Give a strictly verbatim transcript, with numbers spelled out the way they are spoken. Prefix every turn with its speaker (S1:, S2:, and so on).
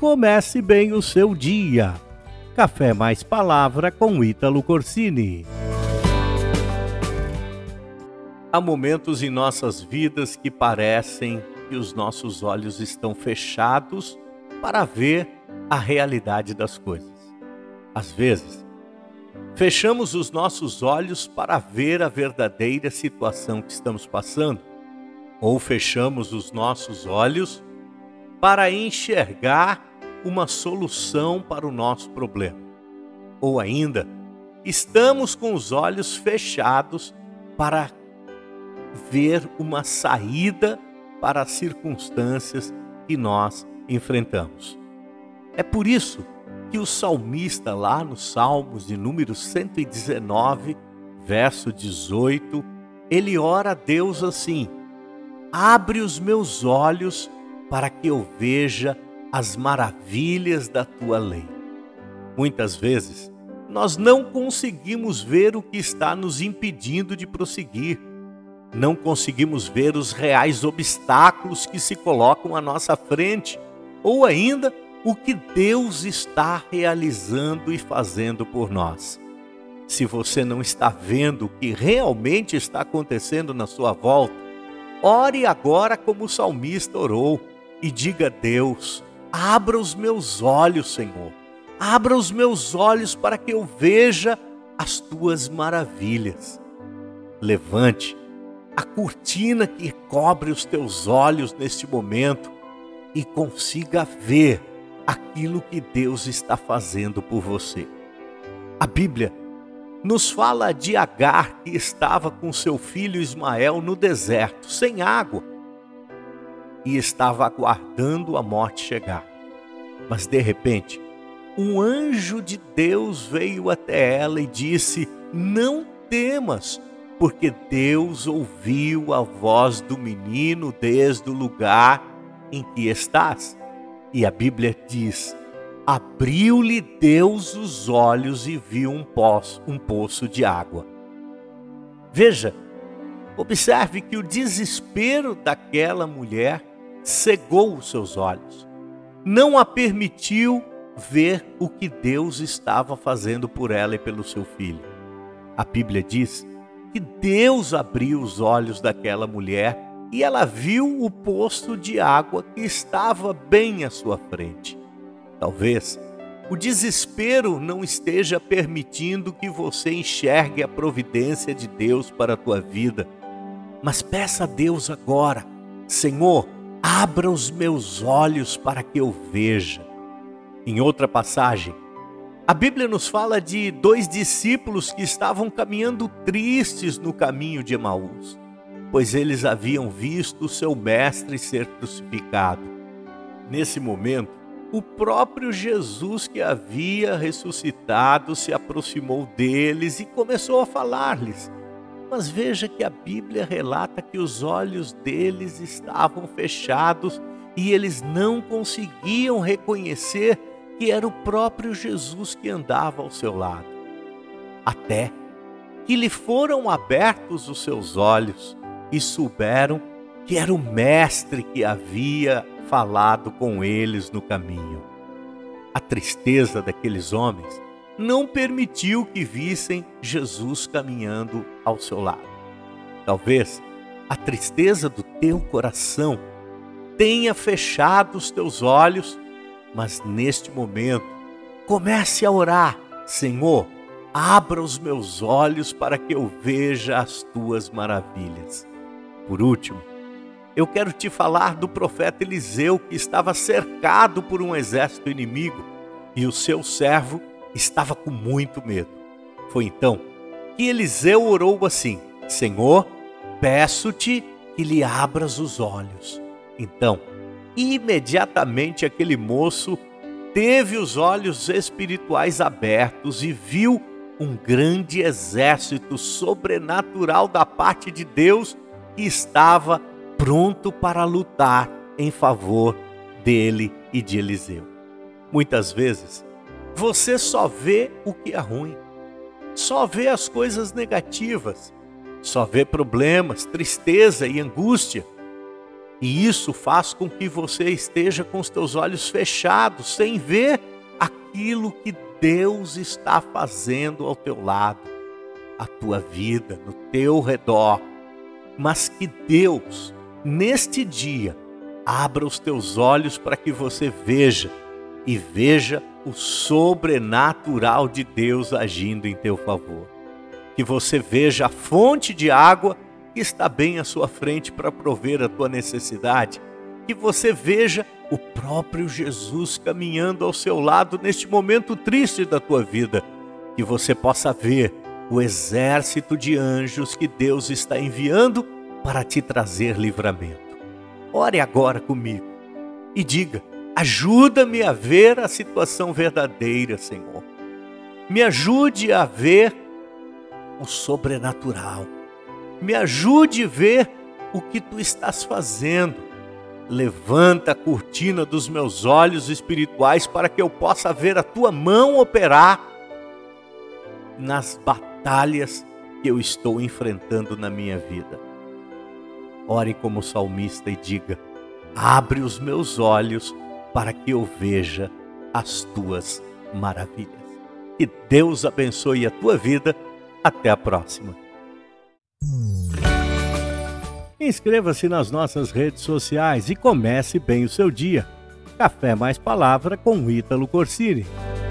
S1: comece bem o seu dia. Café mais Palavra com Ítalo Corsini. Há momentos em nossas vidas que parecem que os nossos olhos estão fechados para ver a realidade das coisas. Às vezes, fechamos os nossos olhos para ver a verdadeira situação que estamos passando, ou fechamos os nossos olhos para enxergar uma solução para o nosso problema. Ou ainda, estamos com os olhos fechados para ver uma saída para as circunstâncias que nós enfrentamos. É por isso que o salmista lá no Salmos de número cento e dezenove, verso dezoito, ele ora a Deus assim: abre os meus olhos para que eu veja as maravilhas da tua lei. Muitas vezes, nós não conseguimos ver o que está nos impedindo de prosseguir. Não conseguimos ver os reais obstáculos que se colocam à nossa frente, ou ainda o que Deus está realizando e fazendo por nós. Se você não está vendo o que realmente está acontecendo na sua volta, ore agora como o salmista orou e diga a Deus: abra os meus olhos, Senhor. Abra os meus olhos para que eu veja as tuas maravilhas. Levante a cortina que cobre os teus olhos neste momento e consiga ver aquilo que Deus está fazendo por você. A Bíblia nos fala de Agar, que estava com seu filho Ismael no deserto, sem água, e estava aguardando a morte chegar. Mas de repente, um anjo de Deus veio até ela e disse: não temas, porque Deus ouviu a voz do menino desde o lugar em que estás. E a Bíblia diz: abriu-lhe Deus os olhos e viu um poço, um poço de água. Veja, observe que o desespero daquela mulher cegou os seus olhos. Não a permitiu ver o que Deus estava fazendo por ela e pelo seu filho. A Bíblia diz que Deus abriu os olhos daquela mulher e ela viu o poço de água que estava bem à sua frente. Talvez o desespero não esteja permitindo que você enxergue a providência de Deus para a tua vida. Mas peça a Deus agora: Senhor, abra os meus olhos para que eu veja. Em outra passagem, a Bíblia nos fala de dois discípulos que estavam caminhando tristes no caminho de Emaús, pois eles haviam visto seu mestre ser crucificado. Nesse momento, o próprio Jesus, que havia ressuscitado, se aproximou deles e começou a falar-lhes. Mas veja que a Bíblia relata que os olhos deles estavam fechados e eles não conseguiam reconhecer que era o próprio Jesus que andava ao seu lado. Até que lhe foram abertos os seus olhos e souberam que era o Mestre que havia falado com eles no caminho. A tristeza daqueles homens não permitiu que vissem Jesus caminhando ao seu lado. Talvez a tristeza do teu coração tenha fechado os teus olhos, mas neste momento, comece a orar: Senhor, abra os meus olhos para que eu veja as tuas maravilhas. Por último, eu quero te falar do profeta Eliseu, que estava cercado por um exército inimigo e o seu servo estava com muito medo. Foi então que Eliseu orou assim: Senhor, peço-te que lhe abras os olhos. Então, imediatamente aquele moço teve os olhos espirituais abertos e viu um grande exército sobrenatural da parte de Deus que estava pronto para lutar em favor dele e de Eliseu. Muitas vezes, você só vê o que é ruim, só vê as coisas negativas, só vê problemas, tristeza e angústia. E isso faz com que você esteja com os teus olhos fechados, sem ver aquilo que Deus está fazendo ao teu lado, a tua vida, no teu redor. Mas que Deus, neste dia, abra os teus olhos para que você veja e veja o sobrenatural de Deus agindo em teu favor. Que você veja a fonte de água que está bem à sua frente para prover a tua necessidade. Que você veja o próprio Jesus caminhando ao seu lado neste momento triste da tua vida. Que você possa ver o exército de anjos que Deus está enviando para te trazer livramento. Ore agora comigo e diga: ajuda-me a ver a situação verdadeira, Senhor. Me ajude a ver o sobrenatural. Me ajude a ver o que Tu estás fazendo. Levanta a cortina dos meus olhos espirituais para que eu possa ver a Tua mão operar nas batalhas que eu estou enfrentando na minha vida. Ore como salmista e diga: abre os meus olhos para que eu veja as Tuas maravilhas. Que Deus abençoe a tua vida. Até a próxima. Inscreva-se nas nossas redes sociais e comece bem o seu dia. Café mais Palavra com Ítalo Corsini.